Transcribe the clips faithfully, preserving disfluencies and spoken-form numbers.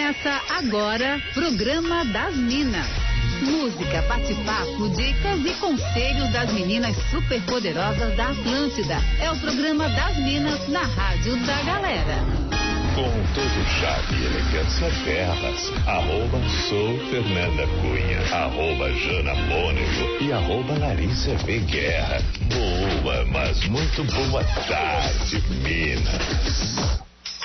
Começa agora, Programa das Minas. Música, bate-papo, dicas e conselhos das meninas superpoderosas da Atlântida. É o Programa das Minas na Rádio da Galera. Com todo charme e elegância delas, arroba sou Fernanda Cunha, arroba Jana Mônego e arroba Larissa V. Guerra. Boa, mas muito boa tarde, Minas.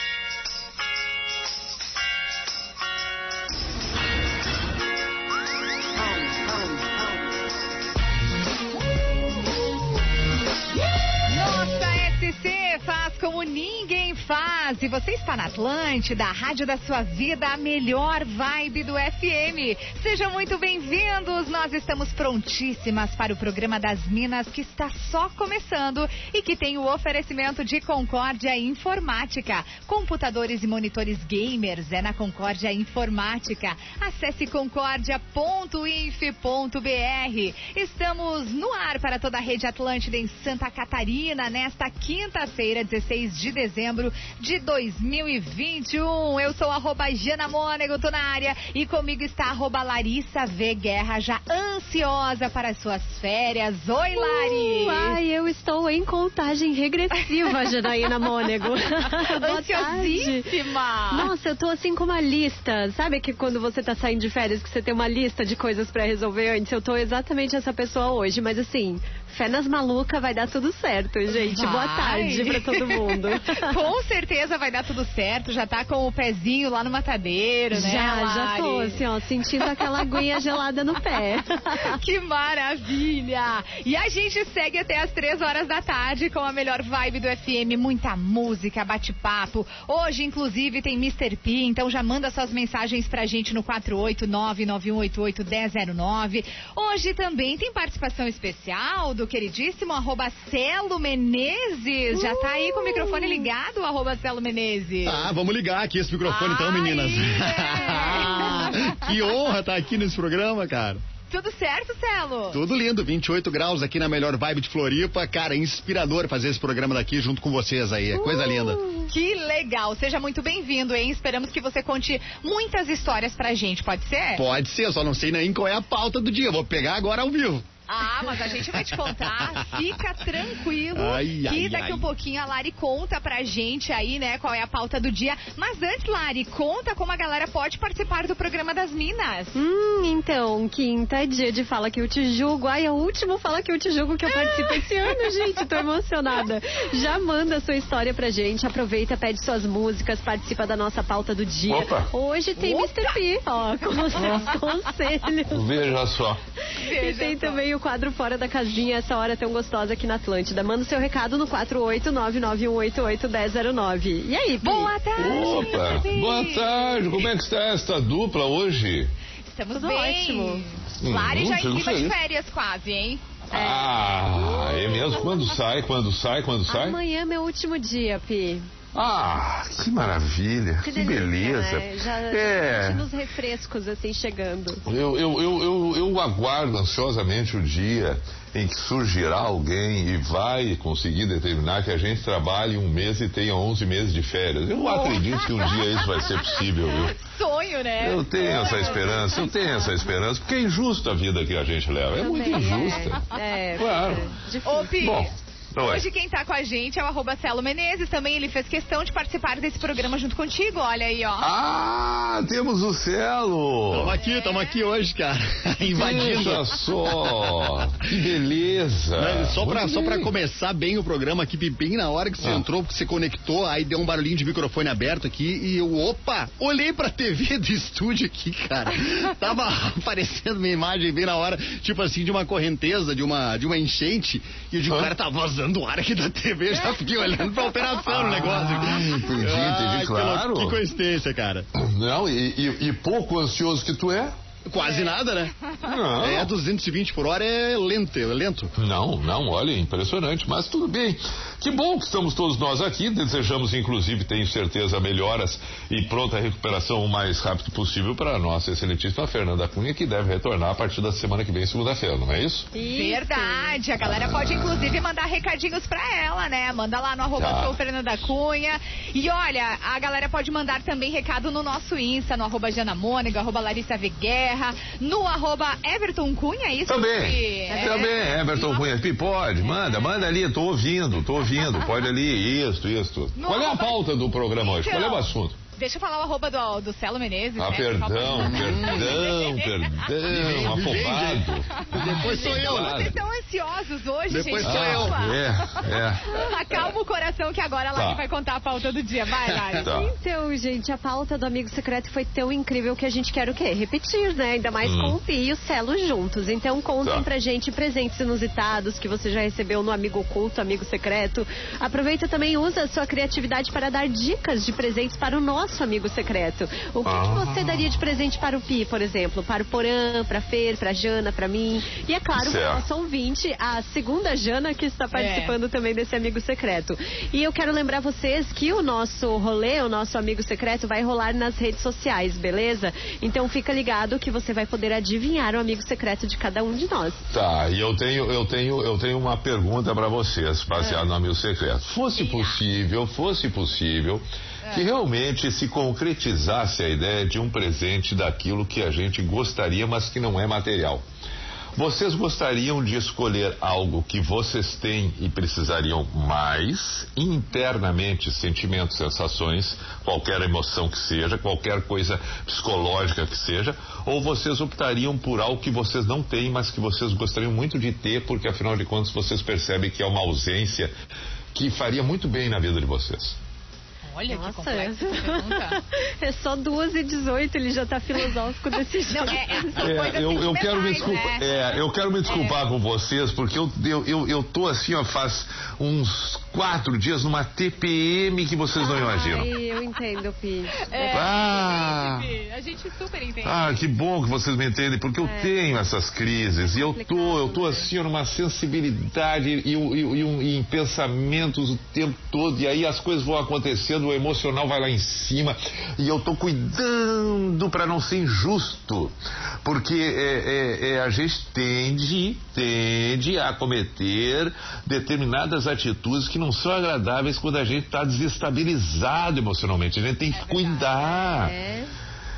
Como ninguém faz. E você está na Atlântida, a rádio da sua vida, a melhor vibe do F M. Sejam muito bem-vindos. Nós estamos prontíssimas para o programa das Minas, que está só começando e que tem o oferecimento de Concórdia Informática. Computadores e monitores gamers é na Concórdia Informática. Acesse concórdia ponto inf ponto b r. Estamos no ar para toda a rede Atlântida em Santa Catarina nesta quinta-feira, dezesseis de dezembro de dois mil e vinte e um. Eu sou arroba Jana Mônego, tô na área, e comigo está arroba Larissa V. Guerra, já ansiosa para as suas férias. Oi, Lari! Uh, ai, eu estou em contagem regressiva, Janaína Mônego. Ansiosíssima! Nossa, eu tô assim com uma lista. Sabe que quando você tá saindo de férias, que você tem uma lista de coisas pra resolver antes? Eu tô exatamente essa pessoa hoje, mas assim, fé nas malucas, vai dar tudo certo, gente. Vai. Boa tarde pra todo mundo. Com certeza vai dar tudo certo. Já tá com o pezinho lá no matadeiro, né, Já, Lari? já tô assim, ó, sentindo aquela aguinha gelada no pé. Que maravilha! E a gente segue até as três horas da tarde com a melhor vibe do F M, muita música, bate-papo. Hoje, inclusive, tem mister P, então já manda suas mensagens pra gente no quatro oito nove nove um oito oito um zero zero nove. Hoje também tem participação especial do queridíssimo arroba Celo Menezes. Já tá aí com o microfone ligado, arroba Celo Menezes. Ah, vamos ligar aqui esse microfone então, meninas. É. Que honra estar aqui nesse programa, cara. Tudo certo, Celo? Tudo lindo, vinte e oito graus aqui na melhor vibe de Floripa. Cara, inspirador fazer esse programa daqui junto com vocês aí, é coisa uh, linda. Que legal, seja muito bem-vindo, hein? Esperamos que você conte muitas histórias pra gente, pode ser? Pode ser, só não sei nem qual é a pauta do dia, vou pegar agora ao vivo. Ah, mas a gente vai te contar, fica tranquilo, ai, que ai, daqui ai. um pouquinho a Lari conta pra gente aí, né, qual é a pauta do dia. Mas antes, Lari, conta como a galera pode participar do programa das Minas. Hum, então, quinta é dia de Fala Que Eu Te Julgo. Ai, é o último Fala Que Eu Te Julgo que eu participo esse ano, gente, tô emocionada. Já manda sua história pra gente, aproveita, pede suas músicas, participa da nossa pauta do dia. Opa. Hoje tem Opa. mister P, ó, com os seus conselhos. Veja só. E tem também o quadro Fora da Casinha, essa hora tão gostosa aqui na Atlântida. Manda o seu recado no quatro oito nove nove um oito oito um zero zero nove. E aí, Pi? Boa tarde! Opa! Boa tarde! Como é que está esta dupla hoje? Estamos Tudo bem. ótimo. Lari Hum, já fico em clima de feliz. férias quase, hein? Ah, é mesmo? Quando sai? Quando sai? Quando sai? Amanhã é meu último dia, Pi. Ah, que maravilha, que, delícia, beleza. Né? Já, é. já nos refrescos assim chegando. Eu, eu, eu, eu, eu aguardo ansiosamente o dia em que surgirá alguém e vai conseguir determinar que a gente trabalhe um mês e tenha onze meses de férias. Eu acredito que um dia isso vai ser possível, viu? Sonho, né? Eu tenho essa esperança, eu tenho essa esperança, porque é injusta a vida que a gente leva, é muito Também injusta. É, é, Claro. é difícil. Ô, Pi, Bom, não é. hoje quem tá com a gente é o arroba Celo Menezes. Também ele fez questão de participar desse programa junto contigo. Olha aí, ó. Ah, temos o Celo. Tamo aqui, tamo aqui hoje, cara. Invadindo. Veja só, que beleza. Mas só, pra, Muito só pra bem. começar bem o programa aqui, bem na hora que você Ah. entrou, que você conectou, aí deu um barulhinho de microfone aberto aqui e eu, opa, olhei pra T V do estúdio aqui, cara. Tava aparecendo uma imagem bem na hora, tipo assim, de uma correnteza, de uma, de uma enchente, e eu digo, Ah. cara, tá vazando o ar aqui da T V, já fiquei olhando pra operação no negócio. Ah, entendi, entendi, Ai, que claro. lou- Que coincidência, cara. Não, e, e- e pouco ansioso que tu é? Quase É. nada, né? Não. É duzentos e vinte por hora, é lento, é lento. Não, não, olha, impressionante, mas tudo bem. Que bom que estamos todos nós aqui, desejamos inclusive, tenho certeza, melhoras e pronta recuperação o mais rápido possível para a nossa excelentíssima Fernanda Cunha, que deve retornar a partir da semana que vem, segunda-feira, não é isso? Verdade, a galera pode inclusive mandar recadinhos pra ela, né? Manda lá no arroba Tá. sou Fernanda Cunha. E olha, a galera pode mandar também recado no nosso Insta, no arroba Jana Mônica, arroba Larissa V. Guerra, no arroba Everton Cunha, é isso? Também, Pi? É. também, Everton Cunha, Pi, pode, manda, manda ali, tô ouvindo, tô ouvindo, pode ali, isso, isso. No Qual é a arroba- pauta do programa hoje? Qual é o Então, assunto? Deixa eu falar o arroba do, do Celo Menezes. Ah, né? perdão, perdão, perdão, afobado. Depois sou eu, Claro. Vocês estão ansiosos hoje, Depois gente? sou eu. Calma. É, é. Acalma o coração que agora a Lari Tá. vai contar a pauta do dia. Vai, Lari. Tá. Então, gente, a pauta do Amigo Secreto foi tão incrível que a gente quer o quê? Repetir, né? Ainda mais Hum. com o Pi e o Celo juntos. Então, contem Tá. pra gente presentes inusitados que você já recebeu no Amigo Oculto, Amigo Secreto. Aproveita também e usa a sua criatividade para dar dicas de presentes para o nosso Amigo Secreto. O que, Ah. que você daria de presente para o Pi, por exemplo? Para o Porã, para a Fer, para a Jana, para mim. E é claro, para o Certo. nosso ouvinte, a segunda Jana que está participando também desse Amigo Secreto. E eu quero lembrar vocês que o nosso rolê, o nosso Amigo Secreto vai rolar nas redes sociais, beleza? Então fica ligado que você vai poder adivinhar o Amigo Secreto de cada um de nós. Tá, e eu tenho, eu tenho, eu tenho uma pergunta pra vocês, baseado no Amigo Secreto. Fosse possível, fosse possível que realmente se concretizasse a ideia de um presente daquilo que a gente gostaria, mas que não é material. Vocês gostariam de escolher algo que vocês têm e precisariam mais, internamente, sentimentos, sensações, qualquer emoção que seja, qualquer coisa psicológica que seja, ou vocês optariam por algo que vocês não têm, mas que vocês gostariam muito de ter, porque afinal de contas vocês percebem que é uma ausência que faria muito bem na vida de vocês? Olha que Nossa, complexa essa pergunta. é só duas e dezoito, ele já tá filosófico desse jeito. Não, é, é, são É, coisas eu, eu quero me sentimentais, desculpar, né? é, eu quero me desculpar com vocês, porque eu, eu, eu, eu tô assim, ó, faz uns quatro dias numa T P M que vocês não imaginam. Ai, eu entendo, Pi. É, Ah. a gente super entende. Ah, que bom que vocês me entendem, porque eu tenho essas crises e eu tô, eu tô assim, ó, numa sensibilidade e, e, e, e em pensamentos o tempo todo, e aí as coisas vão acontecendo, o emocional vai lá em cima e eu tô cuidando para não ser injusto, porque é, é, é, a gente tende, tende a cometer determinadas atitudes que não são agradáveis quando a gente está desestabilizado emocionalmente. A gente tem que cuidar. É.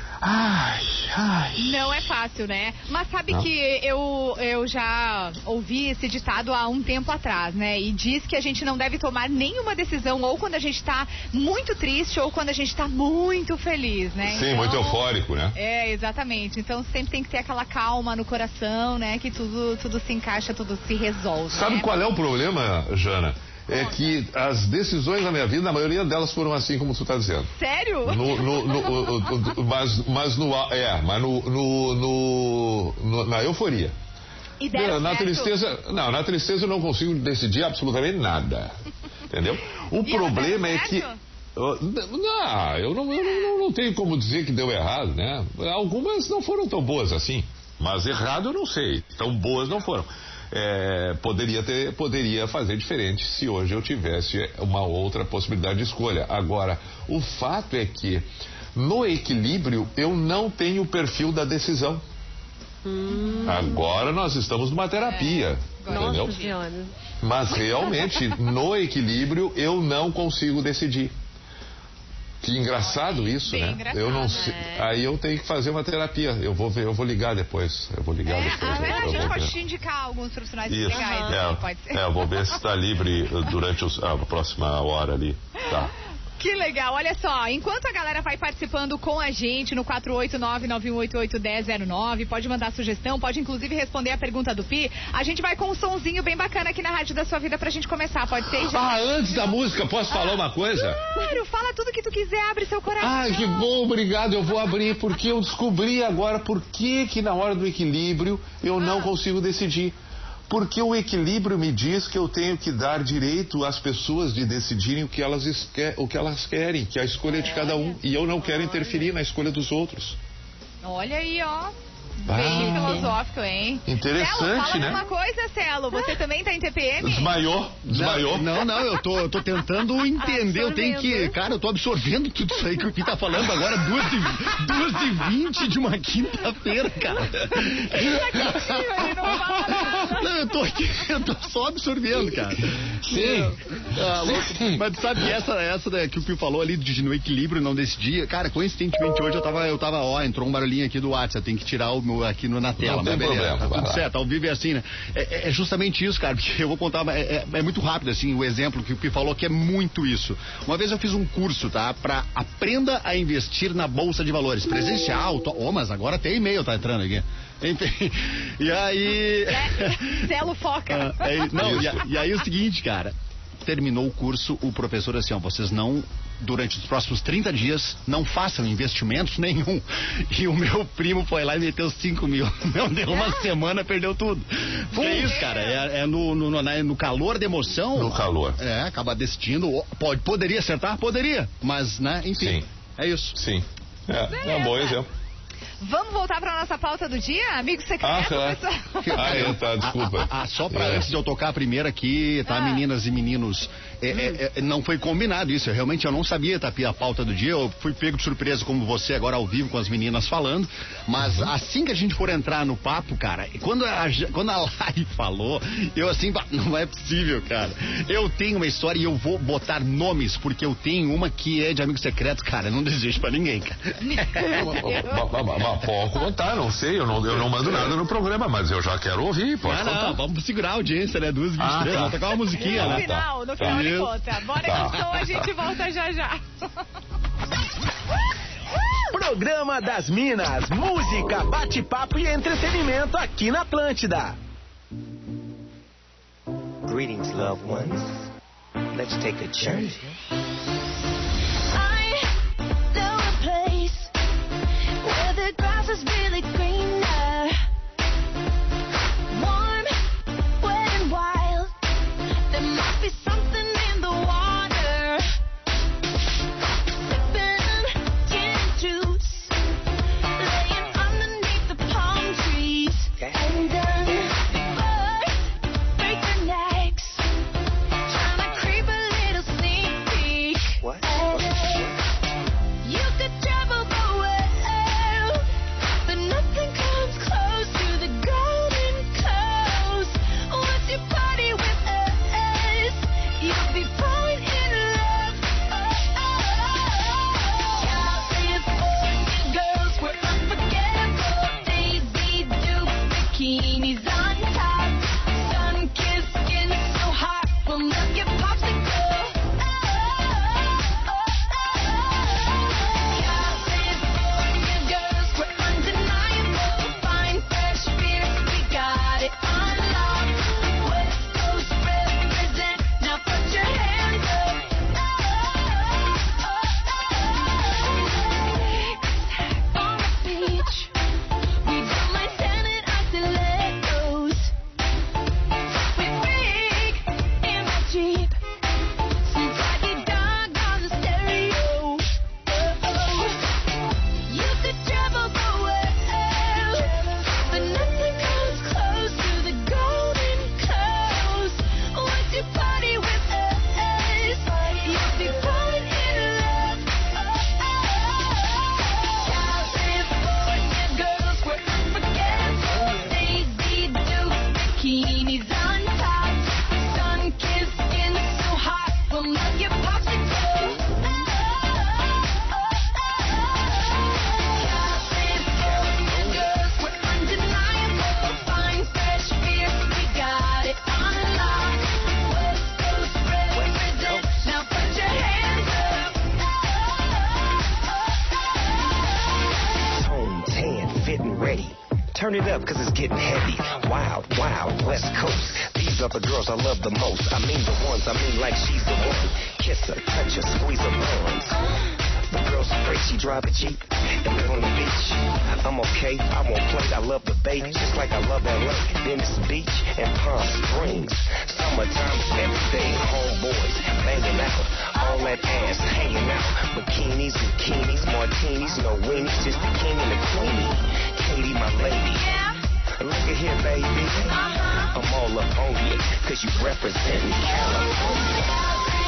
Ai, ai. Não é fácil, né? Mas sabe Não. que eu, eu já ouvi esse ditado há um tempo atrás, né? E diz que a gente não deve tomar nenhuma decisão ou quando a gente tá muito triste ou quando a gente tá muito feliz, né? Sim, Então, muito eufórico, né? É, exatamente. Então sempre tem que ter aquela calma no coração, né? Que tudo, tudo se encaixa, tudo se resolve. Sabe né? qual é o problema, Jana? É que as decisões da minha vida, a maioria delas foram assim como tu tá dizendo. Sério? No, no, no, o- o- o- mas, mas no é, mas no, no, no- no- na euforia. E deram na certo? tristeza, não, na tristeza eu não consigo decidir absolutamente nada. Entendeu? O E problema deram é que certo? Uh, Não, eu não, eu não, não tenho como dizer que deu errado, né? Algumas não foram tão boas assim, mas errado eu não sei, tão boas não foram. É, poderia ter, poderia fazer diferente se hoje eu tivesse uma outra possibilidade de escolha. Agora, o fato é que no equilíbrio eu não tenho o perfil da decisão. Hum. Agora nós estamos numa terapia, É, entendeu? Nossa Senhora. Mas realmente no equilíbrio eu não consigo decidir. Que engraçado isso, Bem né? engraçado, Eu não sei. né? Aí eu tenho que fazer uma terapia. Eu vou ver, eu vou ligar depois. Eu vou ligar É, depois. a, eu a vou gente ver. pode te indicar alguns profissionais Isso. legais, É, né? Pode ser. é, eu vou ver se está livre uh, durante os- a próxima hora ali. Tá. Que legal, olha só, enquanto a galera vai participando com a gente no quatro oito nove, nove um oito oito, um zero zero nove, pode mandar sugestão, pode inclusive responder a pergunta do Pi, a gente vai com um sonzinho bem bacana aqui na Rádio da Sua Vida pra gente começar, pode ser? Já? Ah, antes da música, posso falar uma coisa? Claro, fala tudo que tu quiser, abre seu coração. Ai, que bom, obrigado. Eu vou abrir porque eu descobri agora por que que na hora do equilíbrio eu não consigo decidir. Porque o equilíbrio me diz que eu tenho que dar direito às pessoas de decidirem o que elas, esque- o que elas querem, que é a escolha de cada um. E eu não quero interferir na escolha dos outros. Olha aí, ó. Bem Ah, filosófico, hein? interessante, Celo, fala né? uma coisa, Celo. Você também tá em T P M? Desmaiou, desmaiou. Não, não, eu tô, eu tô tentando entender. Eu tenho que. Cara, eu tô absorvendo tudo isso aí que o Pi tá falando agora, duas e, duas e vinte de uma quinta-feira, cara. Ele tá quietinho, ele não fala nada. Não, eu tô aqui, eu tô só absorvendo, cara. Sim. Ah, louco. Mas tu sabe que essa, essa né, que o Pio falou ali de no equilíbrio, não decidir. Cara, coincidentemente hoje eu tava, eu tava, ó, entrou um barulhinho aqui do WhatsApp, eu tenho que tirar o meu aqui no, na tela. Não tem mas beleza, problema, tá vai tudo lá. certo, ao vivo é assim, né? É, é justamente isso, cara, porque eu vou contar, é, é, é muito rápido, assim, o exemplo que o Pio falou, que é muito isso. Uma vez eu fiz um curso, tá? Pra aprenda a investir na Bolsa de Valores. Presencial, tô, oh, mas agora tem e-mail, tá entrando aqui. Enfim, e aí... É, Celo foca. Ah, é, não, e, a- e aí o seguinte, cara, terminou o curso, o professor assim, ó, vocês não, durante os próximos trinta dias, não façam investimentos nenhum. E o meu primo foi lá e meteu cinco mil. Não deu uma semana, perdeu tudo. Que é isso, cara, é, é no, no, no, na- no calor da emoção. No calor. É, acaba decidindo, pode, poderia acertar? Poderia, mas, né, enfim, Sim. é isso. Sim. É, é um bom exemplo. Vamos voltar pra nossa pauta do dia? Amigo secreto, Ah, claro. pessoal? Ah, é, tá, desculpa. Ah, ah, só pra É. antes de eu tocar a primeira aqui, tá, Ah. meninas e meninos, é, é, é, não foi combinado isso, eu, realmente eu não sabia, Tapi, a pauta do dia, eu fui pego de surpresa como você agora ao vivo com as meninas falando, mas assim que a gente for entrar no papo, cara, quando a, Ja- quando a Lari falou, eu assim, "Bah, não é possível, cara, eu tenho uma história e eu vou botar nomes, porque eu tenho uma que é de amigos secretos, cara, eu não desejo pra ninguém, cara. Mas- mas- mas Pode contar, não sei, eu não, eu não mando nada no programa, mas eu já quero ouvir, pode Ah, contar. não, vamos segurar a audiência, né, duas e vinte e Ah, três, tá. vamos tocar uma musiquinha, No né? final, no Tá. final ele Isso. conta. Bora Tá. que o som, a gente volta já já. Programa das Minas, música, bate-papo e entretenimento aqui na Atlântida. Greetings, loved ones. Let's take a journey. I know a place where the grass is really greener. Warm, wet and wild. There must be something in the water. Sipping gin juice, laying underneath the palm trees. Okay. And then birds break their necks, trying to creep a little sneak peek. What? And you could travel the world, but nothing comes close to the golden coast. Once you party with us, you'll be falling in love. California girls were unforgettable. Daisy Dukes, bikinis on top, sun-kissed skin so hot, we'll melt your popsicle. California girls were undeniable. Fine, fresh beer, we got it on lock. West Coast represent, now put your hands up. On the beach, we don't mind standing isolators. We freak in my Jeep. Some doggy dog on the stereo. You could travel the world, but nothing comes close to the golden coast. Once you party with us, you'll be falling in love. California girls were unforgettable. Daisy Dukes, bikinis on top, sun-kissed skin so hot, we'll melt your popsicle. California girls were undeniable. Fine, fresh beer, we got it on lock. West Coast represent, now put your hands up. Tone tan, fitting ready. Turn it up, cause it's getting heavy. Wild, wild, West Coast. These are the girls I love the most. I mean the ones, I mean like she's the one. Kiss her, touch her, squeeze her buns. The girl's afraid she drive a Jeep and live on the beach. I'm okay, I won't play, I love the bay, just like I love L A. Venice Beach and Palm Springs. Summertime is everything, homeboys banging out. All that ass hanging out. Bikinis, bikinis, martinis, no weenies, just the king and the queenie. Katie, my lady. Look at here, baby. I'm all up on you, cause you represent California.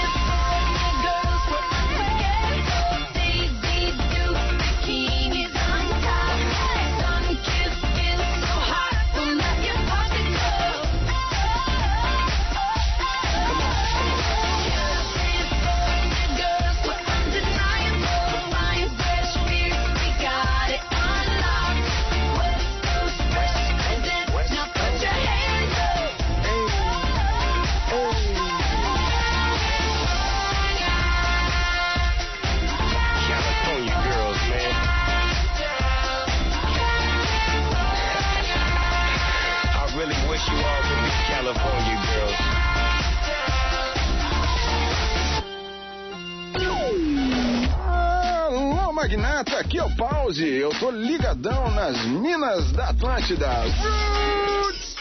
Magnata, aqui é o Pause. Eu tô ligadão nas minas da Atlântida. Roots!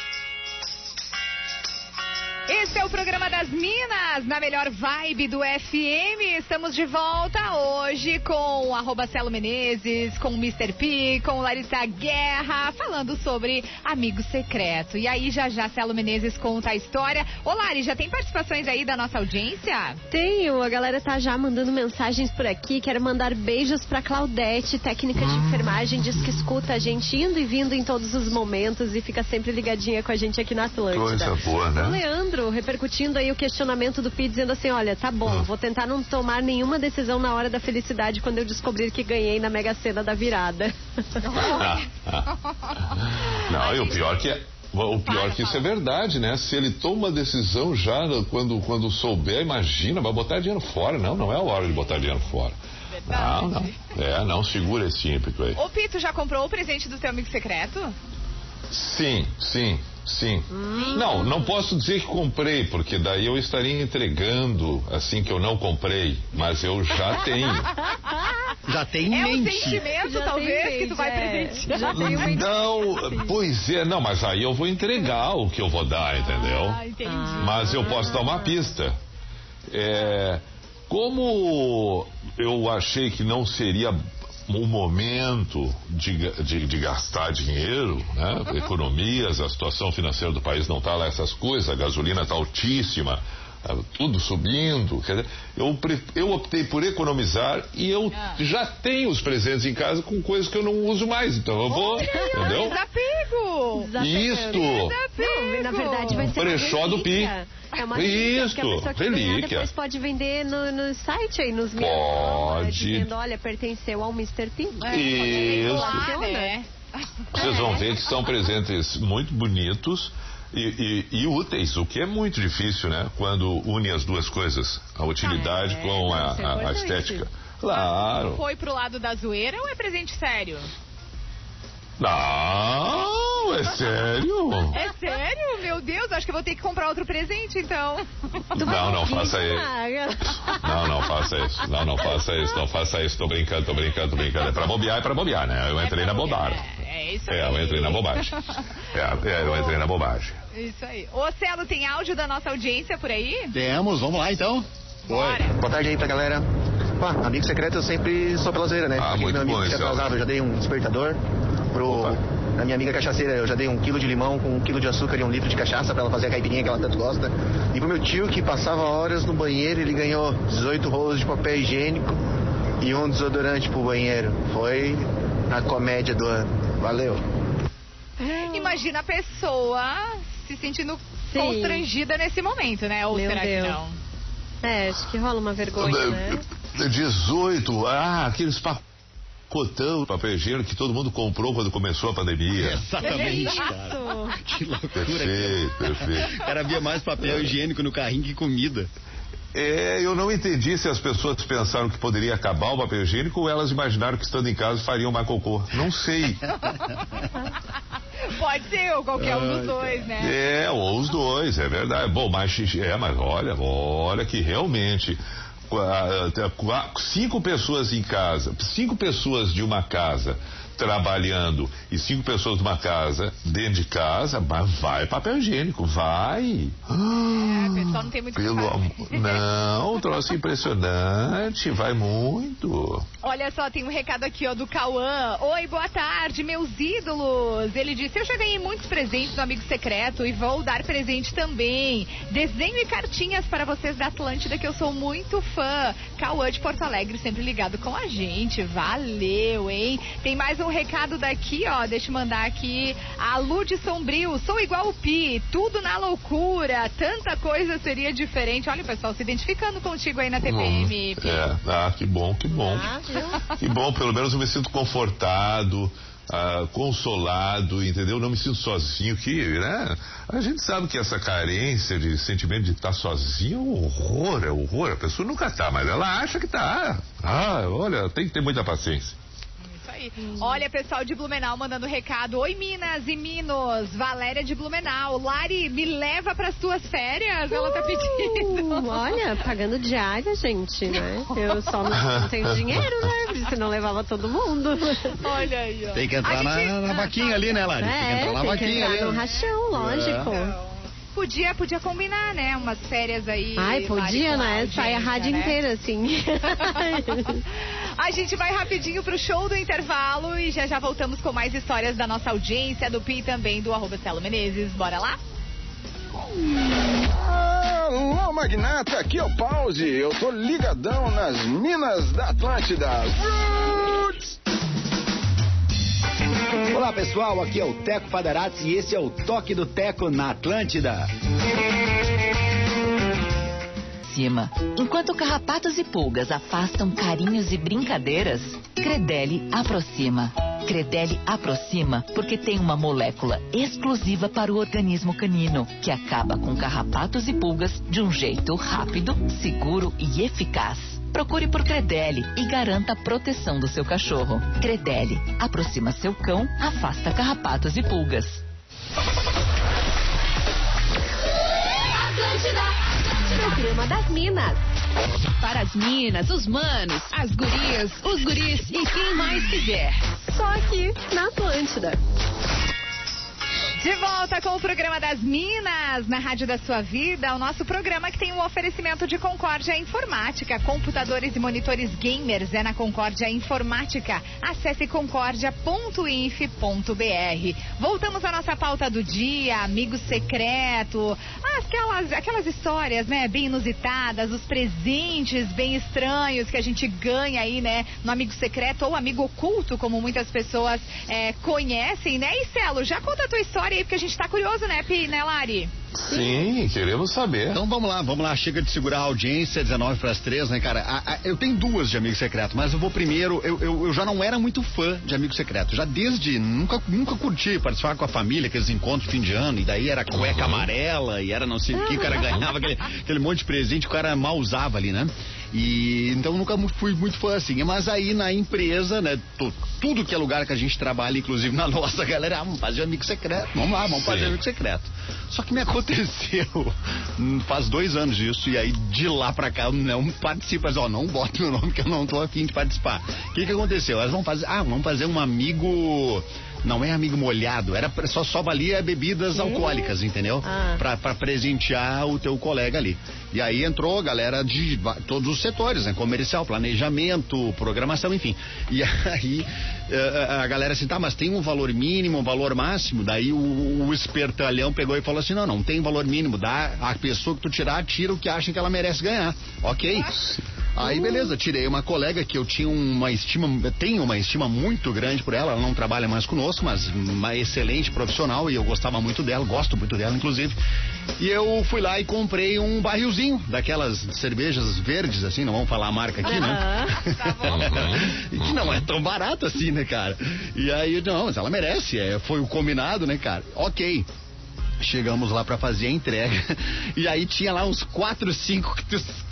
Esse é o programa das Minas, na melhor vibe do F M. Estamos de volta hoje com o arroba Celo Menezes, com o mister P, com Larissa Guerra, falando sobre amigo secreto. E aí, já já, Celo Menezes conta a história. Ô, Lari, já tem participações aí da nossa audiência? Tenho, a galera tá já mandando mensagens por aqui. Quero mandar beijos pra Claudete, técnica de enfermagem, diz que escuta a gente indo e vindo em todos os momentos e fica sempre ligadinha com a gente aqui na Atlântida. Coisa boa, né? O Leandro, repercutindo aí o questionamento do Pi, dizendo assim, olha, tá bom, vou tentar não tomar nenhuma decisão na hora da felicidade quando eu descobrir que ganhei na Mega Sena da virada. Não, e o pior que é... O pior que isso é verdade, né? Se ele toma uma decisão já quando, quando souber, imagina, vai botar dinheiro fora. Não, não é a hora de botar dinheiro fora. Verdade. Não, não. É, não, segura esse ímpeto aí. Ô, Pito, já comprou o presente do teu amigo secreto? Sim, sim, sim. Hum. Não, não posso dizer que comprei, porque daí eu estaria entregando assim que eu não comprei, mas eu já tenho. Já tem em é mente. É um sentimento, já talvez, mente, que tu vai é. presentear. Já tem uma Não, pois é, não, mas aí eu vou entregar o que eu vou dar, entendeu? Ah, entendi. Mas eu posso dar uma pista. É, como eu achei que não seria o momento de, de, de gastar dinheiro, né? Economias, a situação financeira do país não está lá essas coisas, a gasolina está altíssima, tudo subindo, quer dizer, eu, eu optei por economizar e eu ah. já tenho os presentes em casa com coisas que eu não uso mais, então eu vou, Olha, entendeu? Desapego! Isto! Não, na verdade vai ser brechó do Pi. É uma relíquia, Isto, que a pessoa que relíquia. ganhar depois pode vender no, no site aí, nos Pode. dizendo, olha, pertenceu ao mister P. É, Isso. Lá, né? Vocês vão ver que são presentes muito bonitos e, e, e úteis, o que é muito difícil, né? Quando une as duas coisas, a utilidade ah, é, com a, a, a estética. Claro. Foi pro lado da zoeira ou é presente sério? Não, é sério? É sério? Meu Deus, acho que eu vou ter que comprar outro presente, então. Não, não faça isso. Não, não faça isso. Não, não faça isso. Não faça isso. Tô brincando, tô brincando, tô brincando. É pra bobear, é pra bobear, né? Eu entrei na bobagem. É isso aí. É, eu entrei na bobagem. É, eu entrei na bobagem. Isso aí. Ô, Celo, tem áudio da nossa audiência por aí? Temos, vamos lá então. Bora. Boa tarde aí pra galera. Pô, amigo secreto eu sempre sou pela zoeira, né? Ah, Aquele muito meu amigo bom que se esse atrasava, eu já dei um despertador. Pro, na minha amiga cachaceira, eu já dei um quilo de limão com um quilo de açúcar e um litro de cachaça pra ela fazer a caipirinha que ela tanto gosta. E pro meu tio que passava horas no banheiro, ele ganhou dezoito rolos de papel higiênico e um desodorante pro banheiro. Foi a comédia do ano. Valeu. Imagina a pessoa se sentindo Sim. constrangida nesse momento, né? Ou Meu será Deus. que não? É, acho que rola uma vergonha, né? dezoito, ah, aqueles pacotão de papel higiênico que todo mundo comprou quando começou a pandemia. Exatamente, cara. Que loucura. Perfeito, perfeito. O cara via mais papel higiênico no carrinho que comida. É, eu não entendi se as pessoas pensaram que poderia acabar o papel higiênico ou elas imaginaram que estando em casa fariam mais cocô. Não sei. Pode ser, ou qualquer um dos dois, né? É, ou os dois, é verdade. Bom, mas é, mas olha, olha que realmente cinco pessoas em casa, cinco pessoas de uma casa trabalhando e cinco pessoas numa casa, dentro de casa, mas vai papel higiênico, vai. É, o pessoal não tem muito Pelo amor. Não, um troço impressionante, vai muito. Olha só, tem um recado aqui, ó, do Cauã. Oi, boa tarde, meus ídolos. Ele disse, eu já ganhei muitos presentes do Amigo Secreto e vou dar presente também. Desenho e cartinhas para vocês da Atlântida, que eu sou muito fã. Cauã de Porto Alegre, sempre ligado com a gente. Valeu, hein? Tem mais um recado daqui, ó, deixa eu mandar aqui. A Lu de Sombrio, sou igual o Pi, tudo na loucura, tanta coisa seria diferente. Olha o pessoal se identificando contigo aí na T P M, Pi. É, ah, que bom, que bom. Ah, que bom, pelo menos eu me sinto confortado. Ah, consolado, entendeu? Não me sinto sozinho, que, né? A gente sabe que essa carência de sentimento de estar sozinho é um horror, é um horror. A pessoa nunca tá, mas ela acha que tá. Ah, olha, tem que ter muita paciência. Aí. Olha, pessoal de Blumenau mandando recado. Oi, Minas e Minos. Valéria de Blumenau. Lari, me leva pras tuas férias. Uh, Ela tá pedindo. Olha, pagando diária, gente, né? Eu só não, não tenho dinheiro, né? Senão levava todo mundo. Olha aí, ó. Tem que entrar na, gente... na vaquinha ali, né, Lari? É, tem que entrar na tem vaquinha que entrar ali. no rachão, lógico. É. Podia, podia combinar, né? Umas férias aí. Ai, podia, né? Sai a rádio né? inteira, assim. A gente vai rapidinho pro show do intervalo e já já voltamos com mais histórias da nossa audiência, do Pi e também do arroba Celo Menezes. Bora lá? Alô, magnata, aqui é o Pause. Eu tô ligadão nas Minas da Atlântida. Roots! Olá pessoal, aqui é o Teco Fadarazzi e esse é o Toque do Teco na Atlântida. Enquanto carrapatos e pulgas afastam carinhos e brincadeiras, Credelli aproxima. Credelli aproxima porque tem uma molécula exclusiva para o organismo canino, que acaba com carrapatos e pulgas de um jeito rápido, seguro e eficaz. Procure por Credelli e garanta a proteção do seu cachorro. Credelli aproxima seu cão, afasta carrapatos e pulgas. Programa das Minas. Para as minas, os manos, as gurias, os guris e quem mais quiser. Só aqui na Atlântida. De volta com o programa das Minas, na Rádio da Sua Vida, o nosso programa que tem um oferecimento de Concórdia Informática, computadores e monitores gamers, é na Concórdia Informática. Acesse concórdia ponto inf ponto br. Voltamos à nossa pauta do dia, amigo secreto, aquelas, aquelas histórias, né, bem inusitadas, os presentes bem estranhos que a gente ganha aí, né, no amigo secreto ou amigo oculto, como muitas pessoas é, conhecem, né? E Celo, já conta a tua história aí, porque a gente tá curioso, né, Pi, né, Lari? Sim, queremos saber. Então vamos lá, vamos lá, chega de segurar a audiência, dezenove para as três, né, cara? A, a, eu tenho duas de Amigo Secreto, mas eu vou primeiro, eu, eu, eu já não era muito fã de Amigo Secreto, já desde, nunca, nunca curti participar com a família, aqueles encontros de fim de ano, e daí era cueca uhum. amarela, e era não sei o que, o cara ganhava aquele, aquele monte de presente, o cara mal usava ali, né? E então nunca fui muito fã assim, mas aí na empresa, né, tu, tudo que é lugar que a gente trabalha, inclusive na nossa galera, ah, vamos fazer Amigo Secreto, vamos lá, vamos Sim. fazer Amigo Secreto. Só que me aconteceu faz dois anos isso, e aí de lá pra cá eu não participo, mas ó, não boto meu nome que eu não tô afim de participar. O que que aconteceu? Elas vão fazer, ah, vamos fazer um amigo, não é amigo molhado, era só, só valia bebidas Sim. alcoólicas, entendeu? Ah. Pra, pra presentear o teu colega ali. E aí entrou a galera de todos os setores, né? Comercial, planejamento, programação, enfim. E aí a galera assim, tá, mas tem um valor mínimo, um valor máximo? Daí o, o espertalhão pegou e falou assim, não, não tem valor mínimo, dá a pessoa que tu tirar, tira o que acha que ela merece ganhar. Ok? Aí beleza, tirei uma colega que eu tinha uma estima, tenho uma estima muito grande por ela, ela não trabalha mais conosco, mas uma excelente profissional e eu gostava muito dela, gosto muito dela inclusive. E eu fui lá e comprei um barrilzinho daquelas cervejas verdes, assim, não vamos falar a marca aqui, né? Tá bom. E que não é tão barato assim, né, cara? E aí, não, mas ela merece, é, foi o combinado, né, cara? Ok. Chegamos lá pra fazer a entrega e aí tinha lá uns quatro, cinco que tu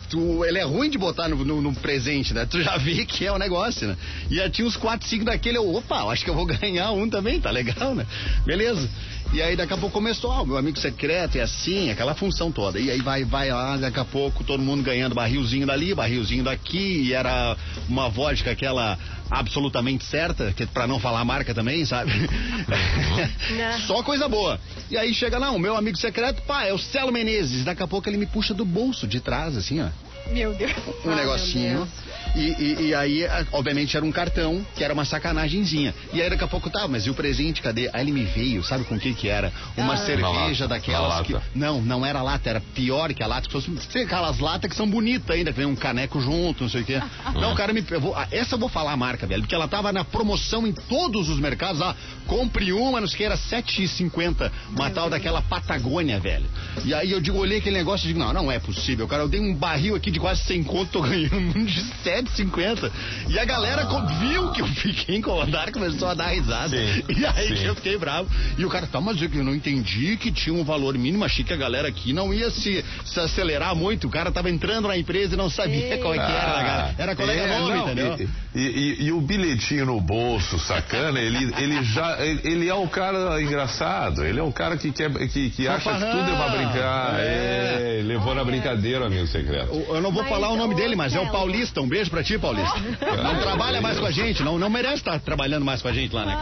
tu, ele é ruim de botar no, no, no presente, né? Tu já vê que é o negócio, né? E já tinha uns quatro, cinco daquele, eu, opa, eu acho que eu vou ganhar um também, tá legal, né? Beleza. E aí daqui a pouco começou, ó, meu amigo secreto é assim, aquela função toda. E aí vai, vai lá, daqui a pouco todo mundo ganhando barrilzinho dali, barrilzinho daqui, e era uma vodka aquela absolutamente certa, que pra não falar a marca também, sabe? Só coisa boa. E aí chega lá, o meu amigo secreto, pá, é o Celo Menezes. Daqui a pouco ele me puxa do bolso de trás, assim, ó. Meu Deus. Um negocinho. E, e, e aí, obviamente, era um cartão, que era uma sacanagemzinha. E aí, daqui a pouco, tá, mas e o presente, cadê? Aí ele me veio, sabe com o que que era? Uma ah, cerveja daquelas que... Não, não era lata, era pior que a lata, que fosse... aquelas latas que são bonitas ainda, que vem um caneco junto, não sei o quê. Não, o cara me... Eu vou... Essa eu vou falar a marca, velho, porque ela tava na promoção em todos os mercados, lá, compre uma, não sei o que, era sete reais e cinquenta, uma tal daquela Patagônia, velho. E aí eu digo, olhei aquele negócio e digo, não, não é possível, cara, eu dei um barril aqui de quase cem conto, tô ganhando um de sete reais e cinquenta. E a galera ah. viu que eu fiquei incomodado, começou a dar risada. Sim, e aí sim. que eu fiquei bravo. E o cara, tá, mas eu não entendi que tinha um valor mínimo, achei que a galera aqui não ia se, se acelerar muito. O cara tava entrando na empresa e não sabia Ei. qual é que era, ah, cara. Era colega é, novo, não, entendeu? E, e, e o bilhetinho no bolso, sacana, ele, ele já, ele, ele é um cara engraçado, ele é um cara que, quer, que, que acha que tudo é pra brincar. É, é levou na brincadeira, amigo secreto. Eu não vou mas falar o nome dele, mas é o Paulista. Um beijo pra ti, Paulista. Não trabalha mais com a gente, não, não merece estar trabalhando mais com a gente lá, né,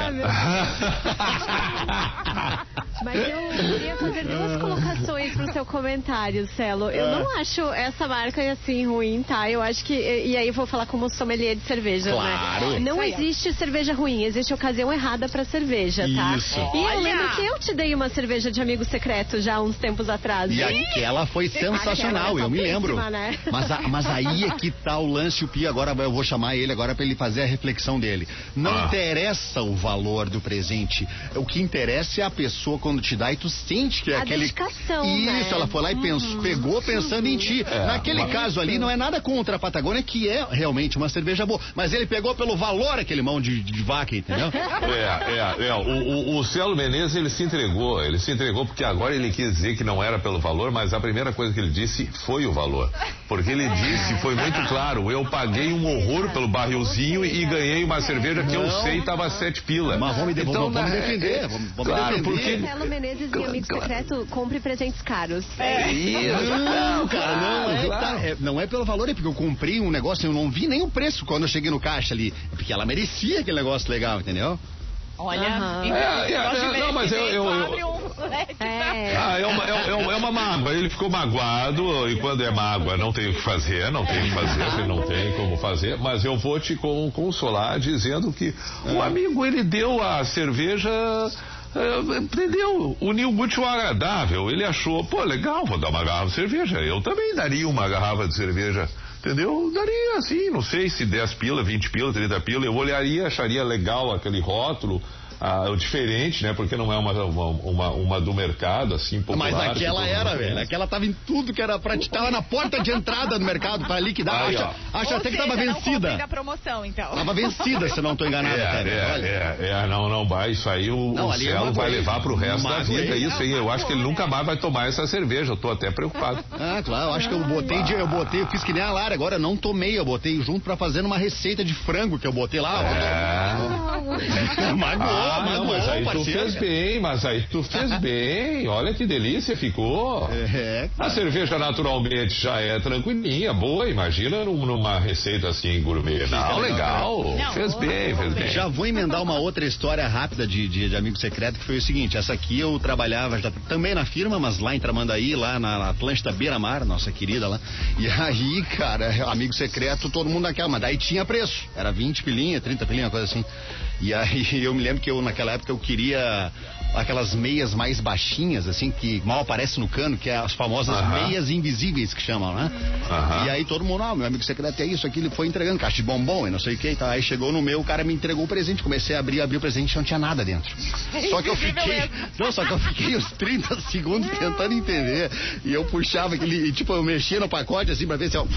cara? Mas eu queria fazer duas colocações pro seu comentário, Celo. Eu não acho essa marca assim ruim, tá? Eu acho que, e aí vou falar como sommelier de cerveja, claro. né? Não existe cerveja ruim, existe ocasião errada pra cerveja, tá? Isso. E eu lembro que eu te dei uma cerveja de amigo secreto já há uns tempos atrás. E aquela foi sensacional, aquela é eu me lembro. Né? Mas, a, mas aí é que tá o lance, o Pia, agora eu vou chamar ele agora pra ele fazer a reflexão dele. Não ah. interessa o valor do presente, o que interessa é a pessoa quando te dá e tu sente que é a aquele... dedicação, Isso, né? ela foi lá e pensou, uhum. pegou pensando em ti. É, Naquele mas... caso ali não é nada contra a Patagônia, que é realmente uma cerveja boa, mas ele pegou pelo valor aquele mão de, de vaca, entendeu? É, é, é. O, o, o Celo Menezes, ele se entregou, ele se entregou porque agora ele quis dizer que não era pelo valor, mas a primeira coisa que ele disse foi o valor. Porque ele disse, foi muito claro, eu paguei um horror pelo barrilzinho e ganhei uma cerveja que eu sei tava sete pila. Mas vamos, então, vamos, vamos defender, vamos, vamos claro, defender. Porque... Celo Menezes e amigo secreto, compre presentes caros. É isso. Não, cara, não é, claro. tá, é, não é pelo valor, é porque eu comprei um negócio, eu não vi nem o preço quando eu cheguei no caixa ali. É porque ela merecia aquele negócio legal, entendeu? Olha, uhum. é, é, é, não, mas eu, eu, eu, é. Ah, é, uma, é, é uma mágoa. Ele ficou magoado e quando é mágoa não tem o que fazer, não tem o que fazer, você não tem como fazer. Mas eu vou te consolar dizendo que é. o amigo ele deu a cerveja. Uh, entendeu? Uniu muito o agradável. Ele achou, pô, legal, vou dar uma garrafa de cerveja. Eu também daria uma garrafa de cerveja. Entendeu? Daria assim, não sei se dez pila, vinte pila, trinta pila. Eu olharia, acharia legal aquele rótulo. Ah, diferente, né? Porque não é uma, uma, uma do mercado, assim, popular. Mas aquela era, velho. Aquela tava em tudo que era pra... Tava na porta de entrada do mercado pra liquidar. Aí, acha acha até seja, que tava vencida. Não da promoção, então. Tava vencida, se não tô enganado. É, cara, é, olha. é, é, não, não vai. Isso aí o, não, o Celo vai levar pro resto da vida. Isso aí, eu acho que ele nunca mais vai tomar essa cerveja. Eu tô até preocupado. Ah, claro. Eu acho que eu botei, de, eu botei, eu fiz que nem a Lara. Agora eu não tomei, eu botei junto pra fazer uma receita de frango que eu botei lá. É. Magoou, ah, magoou. Mas aí tu fez bem, mas aí tu fez bem. Olha que delícia ficou. É, a cerveja naturalmente já é tranquilinha, boa. Imagina numa receita assim gourmet. Não, legal. Não, fez não, bem, não, fez bem. Já vou emendar uma outra história rápida de, de, de amigo secreto, que foi o seguinte. Essa aqui eu trabalhava já, também na firma, mas lá em Tramandaí, lá na, na Atlântida Beira Mar, nossa querida lá. E aí, cara, amigo secreto, todo mundo naquela, mas daí tinha preço. Era vinte pilinha, trinta pilinha, coisa assim. E aí eu me lembro que eu naquela época eu queria aquelas meias mais baixinhas, assim, que mal aparece no cano, que é as famosas uh-huh. meias invisíveis que chamam, né? Uh-huh. E aí todo mundo, ah, meu amigo secreto é isso, aqui, ele foi entregando caixa de bombom e não sei o que e tal. Aí chegou no meu, o cara me entregou o presente, comecei a abrir, abrir o presente e não tinha nada dentro. Só que eu fiquei, não, só que eu fiquei uns trinta segundos tentando entender. E eu puxava aquele, e, tipo, eu mexia no pacote assim pra ver se eu,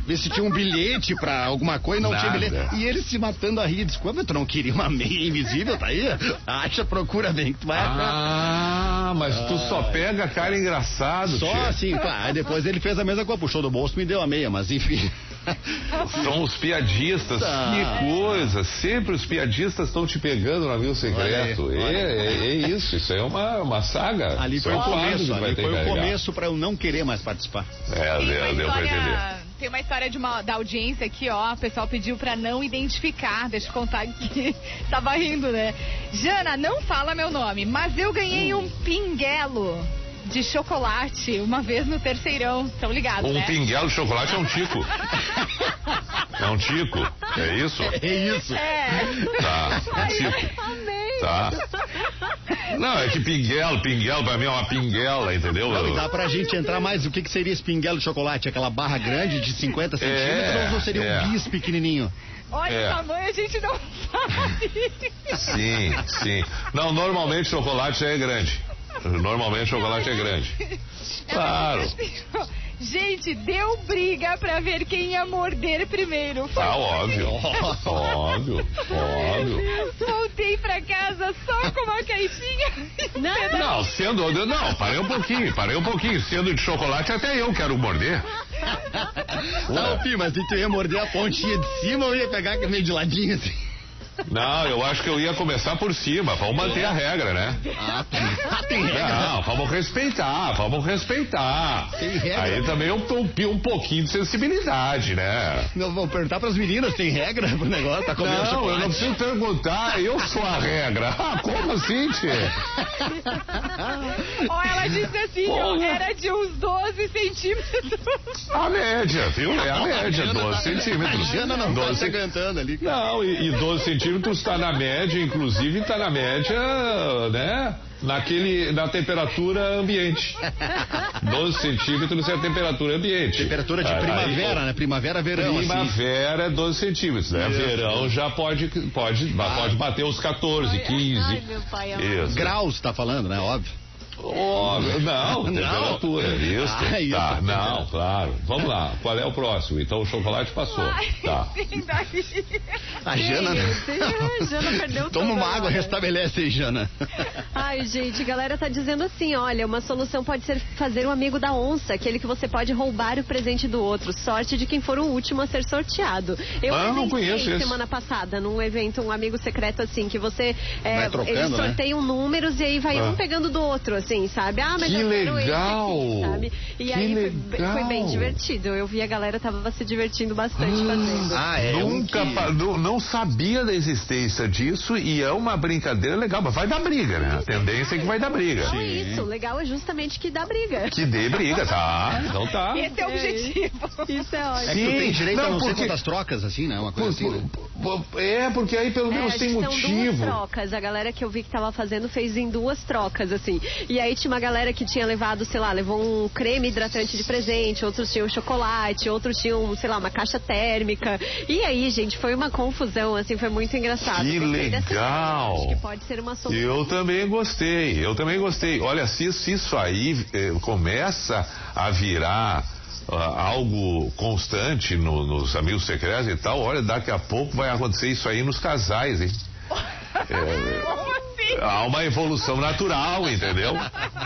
ver se tinha um bilhete pra alguma coisa, não Nada. tinha bilhete. E ele se matando a rir, desculpa, tu não queria uma meia invisível, tá aí? Acha, procura bem que tu vai achar. Ah, mas tu só pega cara engraçado, Só tchê. assim, pá. Aí depois ele fez a mesma coisa, puxou do bolso, me deu a meia, mas enfim. São os piadistas, Tá. que coisa, sempre os piadistas estão te pegando no navio secreto. Olha aí, olha. É, é, é isso, isso aí é uma, uma saga. Ali Isso foi é o um quadro que começo, tu vai ali ter foi que o carregar. começo pra eu não querer mais participar. É, Tem deu, uma deu pra entender. história, tem uma história de uma, da audiência aqui, ó. O pessoal pediu pra não identificar. Deixa eu contar aqui. Tava rindo, né? Jana, não fala meu nome, mas eu ganhei um pinguelo de chocolate uma vez no terceirão. Estão ligados, Um né? pinguelo de chocolate é um tico. É um tico, é isso? É isso. É. Tá, um tico. Amei. Tá. Não, é que pinguelo, pinguelo pra mim é uma pinguela, entendeu? Não, e dá pra gente entrar mais, o que que seria esse pinguelo de chocolate? Aquela barra grande de cinquenta centímetros ou seria é. um bis pequenininho? Olha É. o tamanho, a gente não sabe. Sim, sim. Não, normalmente chocolate é grande. Normalmente chocolate é grande. Claro. Gente, deu briga pra ver quem ia morder primeiro. Foi Ah, óbvio. Óbvio, óbvio. Voltei pra casa só com uma caixinha. Não, Não, sendo. Não, parei um pouquinho, parei um pouquinho. Sendo de chocolate, até eu quero morder. Não, Pi, mas tu ia morder a pontinha de cima ou ia pegar meio de ladinho assim? Não, eu acho que eu ia começar por cima. Vamos manter a regra, né? Ah, tem regra. Não, vamos respeitar, vamos respeitar. Tem regra. Aí também um, um, um pouquinho de sensibilidade, né? Não, vou perguntar pras meninas, tem regra pro negócio? Tá comendo Não, chocolate? eu não preciso perguntar, eu sou a regra. Ah, como assim, tchê? Ó, ela disse assim, ó, era de uns doze centímetros. A média, viu? É a média, doze centímetros. A Jana não tá se doze aguentando ali. cara. Não, e, e doze centímetros está na média, inclusive está na média, né? Naquele, na temperatura ambiente. doze centímetros é a temperatura ambiente. Temperatura de Aí, primavera, aí, né? Primavera, verão, assim. Primavera é doze centímetros, né? Isso. Verão já pode, pode, Ah. pode bater os quatorze, quinze. Ai, meu pai amado. Isso. Graus, tá falando, né? Óbvio. Oh, não, Não. temperatura, isso. Ah, isso, Tá, tá. não, claro. Vamos lá, qual é o próximo? Então o chocolate passou. Ai, Tá. sim, daí. A Jana... Deus, Jana perdeu Toma tudo uma água, agora. restabelece aí, Jana. Ai, gente, a galera tá dizendo assim, olha, uma solução pode ser fazer um amigo da onça, aquele que você pode roubar o presente do outro. Sorte de quem for o último a ser sorteado. Eu Ah, não presenciei conheço esse. semana passada num evento, um amigo secreto assim, que você é, Vai trocando, eles né? sorteiam números e aí vai Ah. um pegando do outro, assim, sabe? Ah, mas Que eu quero esse legal! aqui, sabe? E Que aí foi, legal! foi bem divertido. Eu vi a galera tava se divertindo bastante fazendo. Ah, é Nunca um que... pa- não, não sabia da existência disso e é uma brincadeira legal, mas vai dar briga, né? A tendência é que vai dar briga. Não é isso, o legal é justamente que dá briga. Que dê briga, tá? Então tá. Esse é o objetivo. Isso é ótimo. É que tu tem direito Não, a não sei porque- quantas trocas, assim, né? Uma coisa assim, né? É, porque aí pelo É, menos a tem gente são motivo. duas trocas. A galera que eu vi que tava fazendo fez em duas trocas, assim. E aí tinha uma galera que tinha levado, sei lá, levou um creme hidratante de presente, outros tinham chocolate, outros tinham, sei lá, uma caixa térmica. E aí, gente, foi uma confusão, assim, foi muito engraçado. Que Gostei dessa ideia, legal. Acho que pode ser uma solução. Eu também gostei, eu também gostei. Olha, se, se isso aí eh, começa a virar ah, algo constante no- nos amigos secretos e tal, olha, daqui a pouco vai acontecer isso aí nos casais, hein? É, Como assim? há uma evolução natural, entendeu?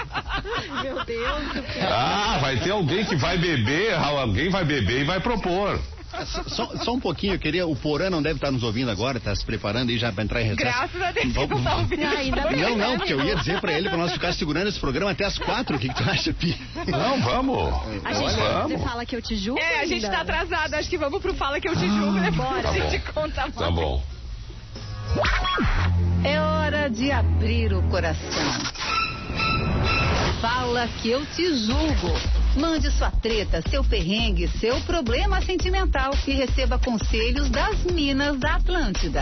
Meu Deus do céu. Ah, vai ter alguém que vai beber, alguém vai beber e vai propor. Só, só um pouquinho, eu queria. O Porã não deve estar nos ouvindo agora, tá se preparando aí já pra entrar em recesso. Graças a Deus que Vamos- não tá ouvindo. Ah, ainda bem. Não, não, porque eu ia dizer pra ele pra nós ficar segurando esse programa até as quatro. O que, que tu acha, Pi? Não, vamos. A gente vamos. você fala que eu te julgo É, a gente ainda? tá atrasado. Acho que vamos pro Fala Que Eu Te Julgo, né? Bora. Tá A gente bom. conta mais. Tá bom. É hora de abrir o coração. Fala que eu te julgo. Mande sua treta, seu perrengue, seu problema sentimental e receba conselhos das Minas da Atlântida.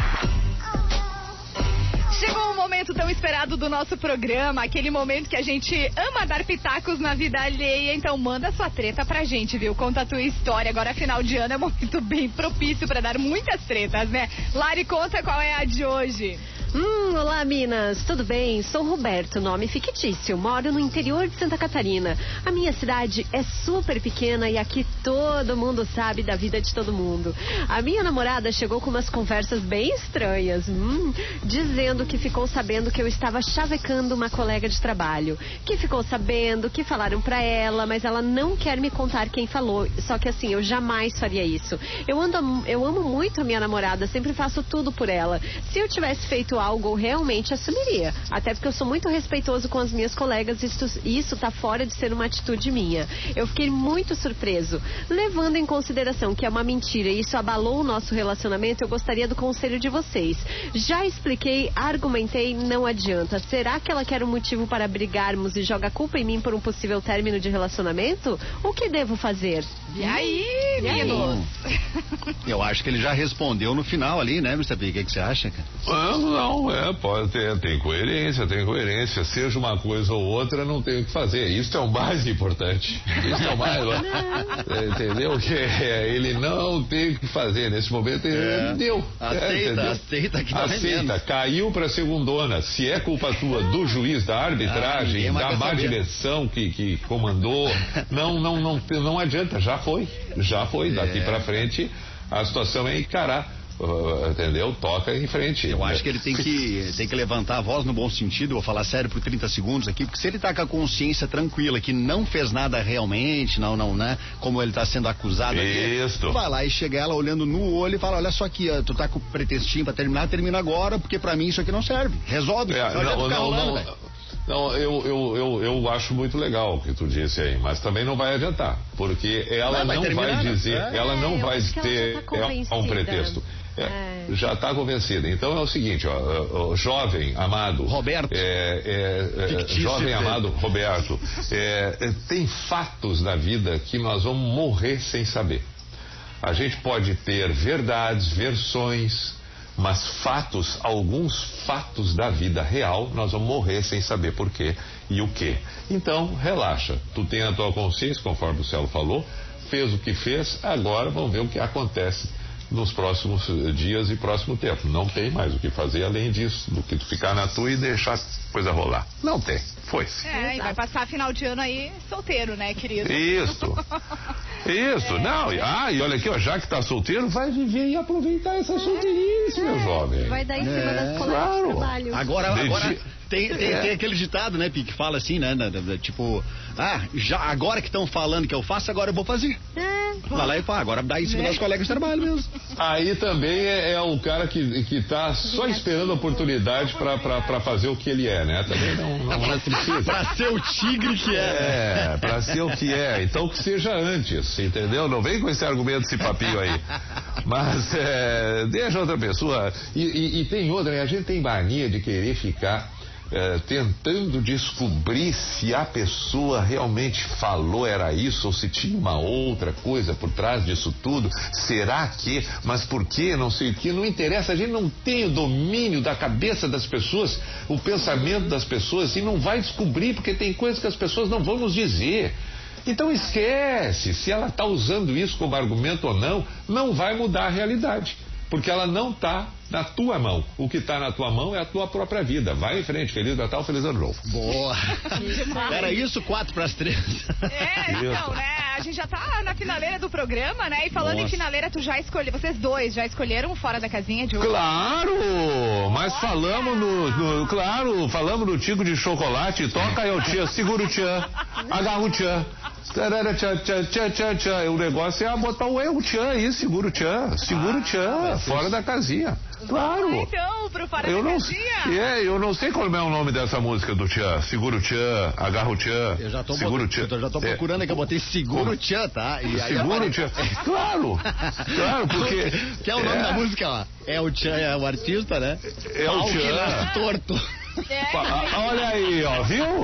Chegou um momento tão esperado do nosso programa, aquele momento que a gente ama dar pitacos na vida alheia, então manda sua treta pra gente, viu? Conta a tua história. Agora, final de ano é um momento bem propício pra dar muitas tretas, né? Lari, conta qual é a de hoje. Hum, olá, Minas. Tudo bem? Sou Roberto, nome fictício. Moro no interior de Santa Catarina. A minha cidade é super pequena e aqui todo mundo sabe da vida de todo mundo. A minha namorada chegou com umas conversas bem estranhas, hum, dizendo que ficou sabendo que eu estava chavecando uma colega de trabalho. Que ficou sabendo, que falaram pra ela, mas ela não quer me contar quem falou. Só que assim, eu jamais faria isso. Eu, ando, eu amo muito a minha namorada, sempre faço tudo por ela. Se eu tivesse feito algo, eu realmente assumiria. Até porque eu sou muito respeitoso com as minhas colegas, isso, isso tá fora de ser uma atitude minha. Eu fiquei muito surpreso. Levando em consideração que é uma mentira e isso abalou o nosso relacionamento, eu gostaria do conselho de vocês. Já expliquei, argumentei, não adianta. Será que ela quer um motivo para brigarmos e joga a culpa em mim por um possível término de relacionamento? O que devo fazer? E aí, e aí? meninos? Eu acho que ele já respondeu no final ali, né, mister P? O que, que você acha, cara? Não, não, é, pode ter, tem coerência, tem coerência. Seja uma coisa ou outra, não tem o que fazer. Isso é o mais importante. Isso é o mais. É, entendeu? Que é, ele não tem o que fazer. Nesse momento ele É. deu. Aceita, é, aceita que dá Aceita, menos. caiu pra segundona. Se é culpa tua, do juiz, da Ah, arbitragem, ninguém mais da quer má saber. direção que, que comandou, não, não, não, não adianta, já foi. Já foi. Daqui É. pra frente, a situação é encarar. Uh, entendeu? Toca em frente. Eu acho que ele tem que, tem que levantar a voz no bom sentido, vou falar sério por trinta segundos aqui, porque se ele tá com a consciência tranquila, que não fez nada realmente, não, não, né? Como ele tá sendo acusado aqui, Isso. vai lá e chega ela olhando no olho e fala, olha só aqui, ó, tu tá com o pretextinho pra terminar, termina agora, porque pra mim isso aqui não serve. Resolve. É, Não adianta não, ficar não, rolando, não, velho. não, eu, eu, eu, eu acho muito legal o que tu disse aí, mas também não vai adiantar, porque ela Não, vai não vai, terminar, né? dizer, É. ela não eu vai acho que ela ter já tá é, um convencida. pretexto. É, É. Já está convencida. Então é o seguinte, ó, ó, jovem amado Roberto. é, é, é, Fictício jovem dele. amado Roberto, é, é, tem fatos na vida que nós vamos morrer sem saber. A gente pode ter verdades, versões, mas fatos, alguns fatos da vida real, nós vamos morrer sem saber por quê e o quê. Então, relaxa. Tu tem a tua consciência, conforme o Celo falou, fez o que fez, agora vamos ver o que acontece nos próximos dias e próximo tempo. Não tem mais o que fazer além disso, do que tu ficar na tua e deixar a coisa rolar. Não tem. Foi-se. É, e vai passar final de ano aí solteiro, né, querido? Isso. Isso, É. não. E, ah, e olha aqui, ó, já que tá solteiro, vai viver e aproveitar essa solteirice, meu jovem. Vai dar em cima É, das colegas claro. de trabalho. Agora, Dedi- agora tem, tem, É. tem aquele ditado, né, Pi, que fala assim, né, da- da- tipo, ah, já, agora que estão falando que eu faço, agora eu vou fazer. É. Vai lá e fala, agora dá em cima das colegas de trabalho mesmo. Aí também é, é o cara que, que tá só esperando a oportunidade pra, pra, pra fazer o que ele é, né? Também não, não, não precisa. Pra ser o tigre que é. É, pra ser o que é. Então que seja antes, entendeu? Não vem com esse argumento, esse papinho aí. Mas é, deixa outra pessoa. E, e, e tem outra, né? A gente tem mania de querer ficar é, tentando descobrir se a pessoa realmente falou era isso ou se tinha uma outra coisa por trás disso tudo. Será que? Mas por quê? Não sei o que. Não interessa. A gente não tem o domínio da cabeça das pessoas, o pensamento das pessoas e não vai descobrir porque tem coisas que as pessoas não vão nos dizer. Então esquece, se ela está usando isso como argumento ou não, não vai mudar a realidade, porque ela não está na tua mão. O que está na tua mão é a tua própria vida. Vai em frente, Feliz Natal, Feliz Ano Novo. Boa. Demais. Era isso, quatro pras três. É, Isso. então, né? A gente já tá na finaleira do programa, né? E falando Nossa. em finaleira, tu já escolheu, vocês dois já escolheram o Fora da Casinha de hoje? Claro! Mas falamos no, no- Claro, falamos no Tico de Chocolate. Toca aí o tchan, segura o tchan, agarra o tchan. Tarara, tchan, tchan, tchan, tchan, tchan. O negócio é botar o eu, o tchan aí, segura o tchan. Segura o tchan, fora da casinha. Claro. Então, pro Fora Eu da não, Casinha. é, eu não sei qual é o nome dessa música do tchan. Segura o tchan, agarra o tchan. Eu já tô, segura o tchan. eu já tô É. procurando aqui, eu botei seguro o tchan, tá? E aí Segura o apare- tchan. Claro, claro, porque... Que é o nome é, da música, ó. É o tchan, é o artista, né? É o Pau que tchan. nasce torto. É, Pa- Olha aí, ó, viu?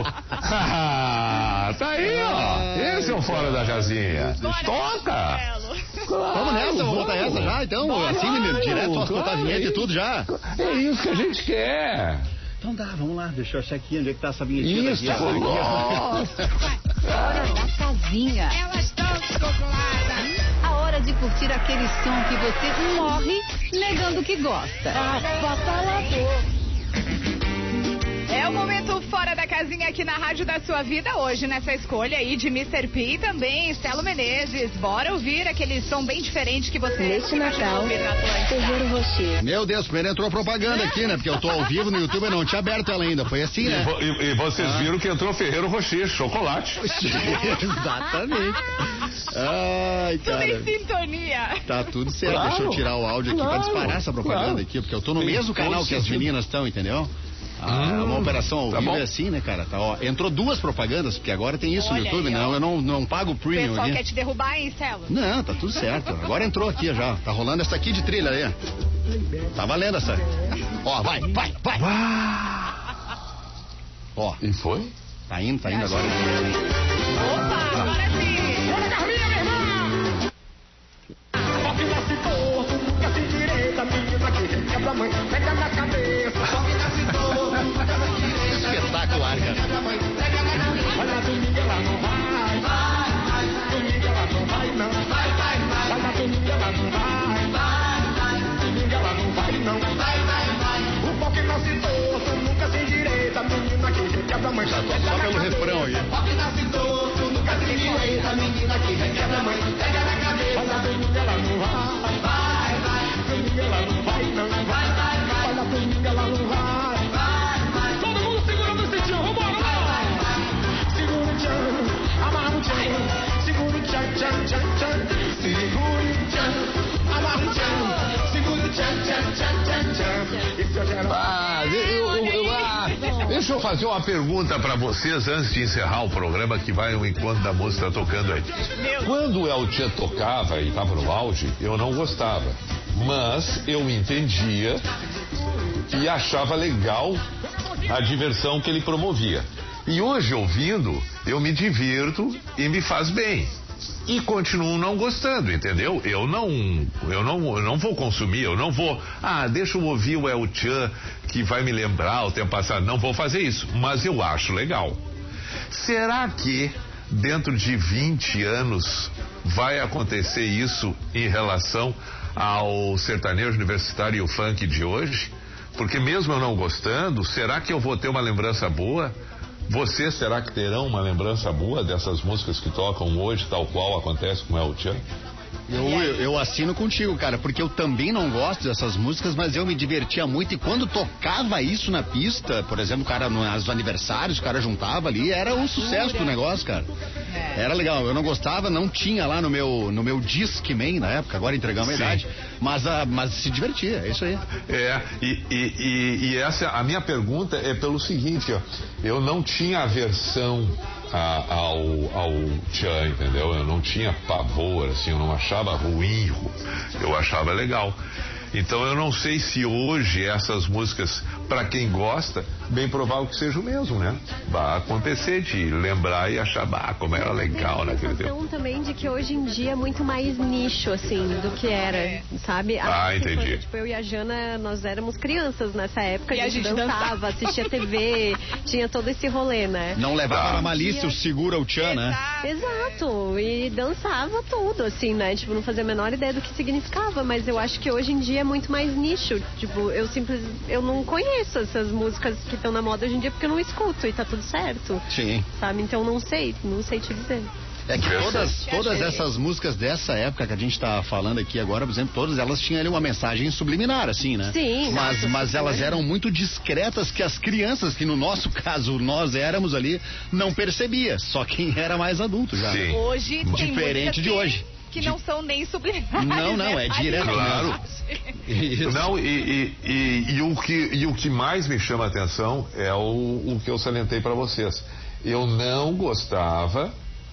Tá aí, ó. Esse é o Fora da Casinha. Toca! Vamos nessa, vamos botar essa já, então? Assim, menino, direto, posso botar a vinheta e tudo já? É isso que a gente quer. Então tá, vamos lá, deixa eu achar aqui onde é que tá essa vinhetinha Isso, daqui. ó. nossa. Fora da Casinha. Elas estão descoladas. A hora de curtir aquele som que você morre negando que gosta. Avassalador. É o momento fora da casinha aqui na Rádio da Sua Vida hoje, nessa escolha aí de mister P e também Celo Menezes. Bora ouvir aquele som bem diferente que você Neste Natal, Ferreiro Rocher. Meu Deus, primeiro entrou propaganda aqui, né? Porque eu tô ao vivo no YouTube e não tinha aberto ela ainda. Foi assim, né? E, vo- e- e vocês Ah. viram que entrou Ferreiro Rocher, chocolate. Exatamente. Ai, Tudo cara. em sintonia. Tá tudo certo. Claro. Deixa eu tirar o áudio aqui Claro. pra disparar essa propaganda Claro. aqui, porque eu tô no Tem mesmo todo canal que as sentido. meninas estão, entendeu? Ah, Hum, uma operação ao tá vivo bom. é assim, né, cara? Tá, ó, entrou duas propagandas, porque agora tem isso Olha no YouTube, aí, ó. não, eu não, não pago o O premium pessoal aqui. quer te derrubar, hein, Celo? Não, tá tudo certo. Agora entrou aqui já. Tá rolando essa aqui de trilha aí. Tá valendo essa. Ó, vai, vai, vai. Ó. E foi? Tá indo, tá indo agora. Opa, agora sim. Espetacular, cara. Só, só pelo refrão aí. Todo mundo segurando o cintinho, vambora, vai! Segura o tchan, amarra o tchan, segura o tchan, tchan, tchan, tchan, segura o tchan, amarra o tchan, segura o tchan, tchan, tchan, tchan, tchan. Isso eu quero. Ah, eu, eu, eu- ah, deixa eu fazer uma pergunta pra vocês antes de encerrar o programa, que vai o enquanto da música tocando aí. Quando o El Tchan tocava e tava no auge, eu não gostava. Mas eu entendia e achava legal a diversão que ele promovia. E hoje, ouvindo, eu me divirto e me faz bem. E continuo não gostando, entendeu? Eu não, eu não, eu não vou consumir, eu não vou, ah, deixa eu ouvir o El Tchan que vai me lembrar o tempo passado. Não vou fazer isso, mas eu acho legal. Será que dentro de vinte anos vai acontecer isso em relação ao sertanejo universitário e o funk de hoje? Porque mesmo eu não gostando, será que eu vou ter uma lembrança boa? Vocês, será que terão uma lembrança boa dessas músicas que tocam hoje, tal qual acontece com o El Tchan? Eu, eu, eu assino contigo, cara, porque eu também não gosto dessas músicas, mas eu me divertia muito e quando tocava isso na pista, por exemplo, o cara nos aniversários, o cara juntava ali, era um sucesso do negócio, cara. Era legal, eu não gostava, não tinha lá no meu, no meu Discman na época, agora entregamos a Sim. idade, mas, a, mas se divertia, é isso aí. É, e, e, e, e essa, a minha pergunta é pelo seguinte, ó, eu não tinha aversão a, ao, ao Tchan, entendeu? Eu não tinha pavor, assim, eu não achava ruim, eu achava legal. Então eu não sei se hoje essas músicas, pra quem gosta, bem provável que seja o mesmo, né? Vai acontecer de lembrar e achar, bah, como era legal naquele tempo. Sensação também de que hoje em dia é muito mais nicho, assim, do que era, sabe? Ah, Acho que entendi. quando, tipo, eu e a Jana, nós éramos crianças nessa época, E a a gente, gente dançava, dançava. assistia T V, tinha todo esse rolê, né? Não levava Tá. na malícia o segura o Tchan, né? Exato, e dançava tudo, assim, né? Tipo, não fazia a menor ideia do que significava, mas eu acho que hoje em dia é muito mais nicho. Tipo, eu simplesmente, eu não conheço essas músicas que estão na moda hoje em dia porque eu não escuto e tá tudo certo. Sim. Sabe? Então não sei, não sei te dizer. É que todas, Que todas achei. essas músicas dessa época que a gente tá falando aqui agora, por exemplo, todas elas tinham ali uma mensagem subliminar, assim, né? Sim. Mas, Nossa, mas sim. elas eram muito discretas que as crianças, que no nosso caso nós éramos ali, não percebia. Só quem era mais adulto já. Sim. Hoje tem Diferente músicas de que- hoje. Que De- não são nem subliminares. Não, não, né? é direto, Claro. Isso. Não, e, e, e, e o que, e o que mais me chama a atenção é o, o que eu salientei pra vocês. Eu não gostava,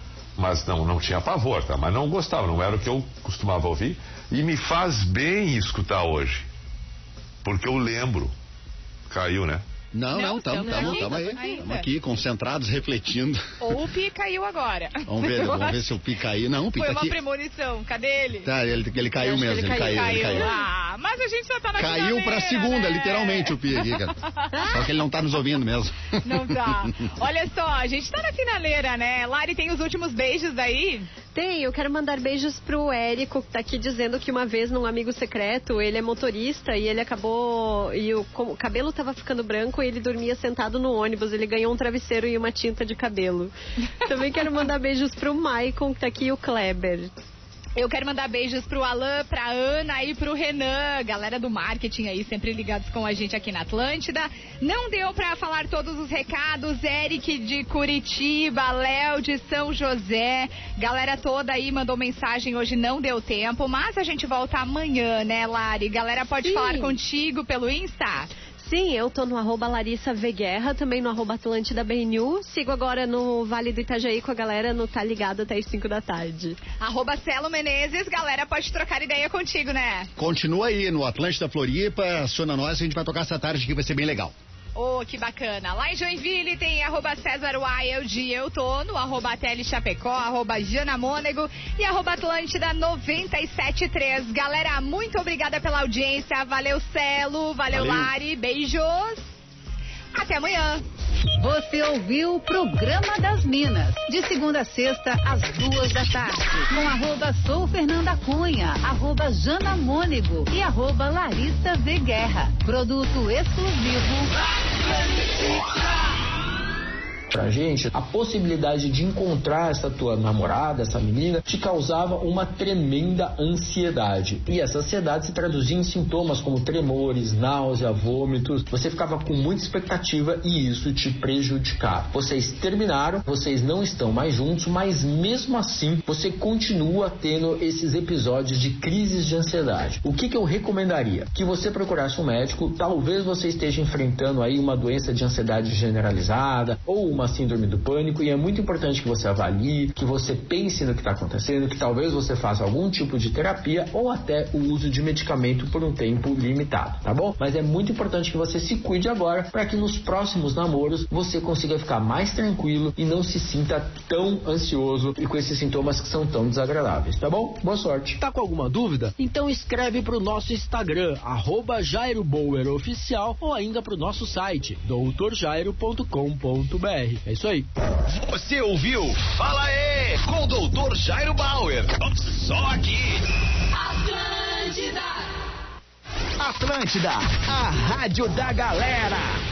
mas não, não tinha pavor, tá? Mas não gostava, não era o que eu costumava ouvir. E me faz bem escutar hoje. Porque eu lembro. Caiu, né? Não, não, Não, estamos estamos aqui, aí. ainda. Estamos aqui, concentrados, refletindo. Ou o Pi caiu agora. Vamos ver, vamos ver se o Pi cair. Não, o Pi Foi tá uma aqui. premonição. Cadê ele? Tá, ele, ele caiu Eu acho que mesmo, ele ele caiu, caiu. ele caiu. Ah, mas a gente já tá na Caiu pra finaleira, segunda, né? literalmente, o Pi aqui, cara. Só que ele não tá nos ouvindo mesmo. Não tá. Olha só, a gente tá na finaleira, né? Lari, tem os últimos beijos aí? Tem, eu quero mandar beijos pro Érico, que tá aqui dizendo que uma vez num amigo secreto, ele é motorista e ele acabou, e o, o cabelo tava ficando branco e ele dormia sentado no ônibus, ele ganhou um travesseiro e uma tinta de cabelo. Também quero mandar beijos pro Maicon, que tá aqui, e o Kleber. Eu quero mandar beijos pro Alan, pra Ana e pro Renan, galera do marketing aí, sempre ligados com a gente aqui na Atlântida. Não deu pra falar todos os recados, Eric de Curitiba, Léo de São José, galera toda aí mandou mensagem, hoje não deu tempo, mas a gente volta amanhã, né, Lari? Galera pode Sim. falar contigo pelo Insta? Sim, eu tô no arroba Larissa V Guerra, também no arroba Atlântida B N U. Sigo agora no Vale do Itajaí com a galera no Tá Ligado até as cinco da tarde. Arroba Celo Menezes, galera pode trocar ideia contigo, né? Continua aí no Atlântida Floripa, aciona nós, a gente vai tocar essa tarde que vai ser bem legal. Oh, que bacana. Lá em Joinville tem arroba César Wild, eu tô no arroba Tele Chapecó, arroba Jana Mônego e arroba Atlântida noventa e sete ponto três. Galera, muito obrigada pela audiência. Valeu, Celo. Valeu, Valeu. Lari. Beijos. Até amanhã. Você ouviu o Programa das Minas, de segunda a sexta, às duas da tarde, com arroba Sou Fernanda Cunha, arroba Jana Mônego e arroba Larissa V Guerra. Produto exclusivo. Pra gente, a possibilidade de encontrar essa tua namorada, essa menina, te causava uma tremenda ansiedade. E essa ansiedade se traduzia em sintomas como tremores, náusea, vômitos. Você ficava com muita expectativa e isso te prejudicava. Vocês terminaram, vocês não estão mais juntos, mas mesmo assim, você continua tendo esses episódios de crises de ansiedade. O que que eu recomendaria? Que você procurasse um médico, talvez você esteja enfrentando aí uma doença de ansiedade generalizada ou uma síndrome do pânico, e é muito importante que você avalie, que você pense no que está acontecendo, que talvez você faça algum tipo de terapia ou até o uso de medicamento por um tempo limitado, tá bom? Mas é muito importante que você se cuide agora para que nos próximos namoros você consiga ficar mais tranquilo e não se sinta tão ansioso e com esses sintomas que são tão desagradáveis, tá bom? Boa sorte. Tá com alguma dúvida? Então escreve pro nosso Instagram, arroba Jairo Bauer Oficial, ou ainda pro nosso site, doutor jairo ponto com ponto b r. É isso aí. Você ouviu? Fala aí, com o doutor Jairo Bauer. Só aqui. Atlântida. Atlântida, a rádio da galera.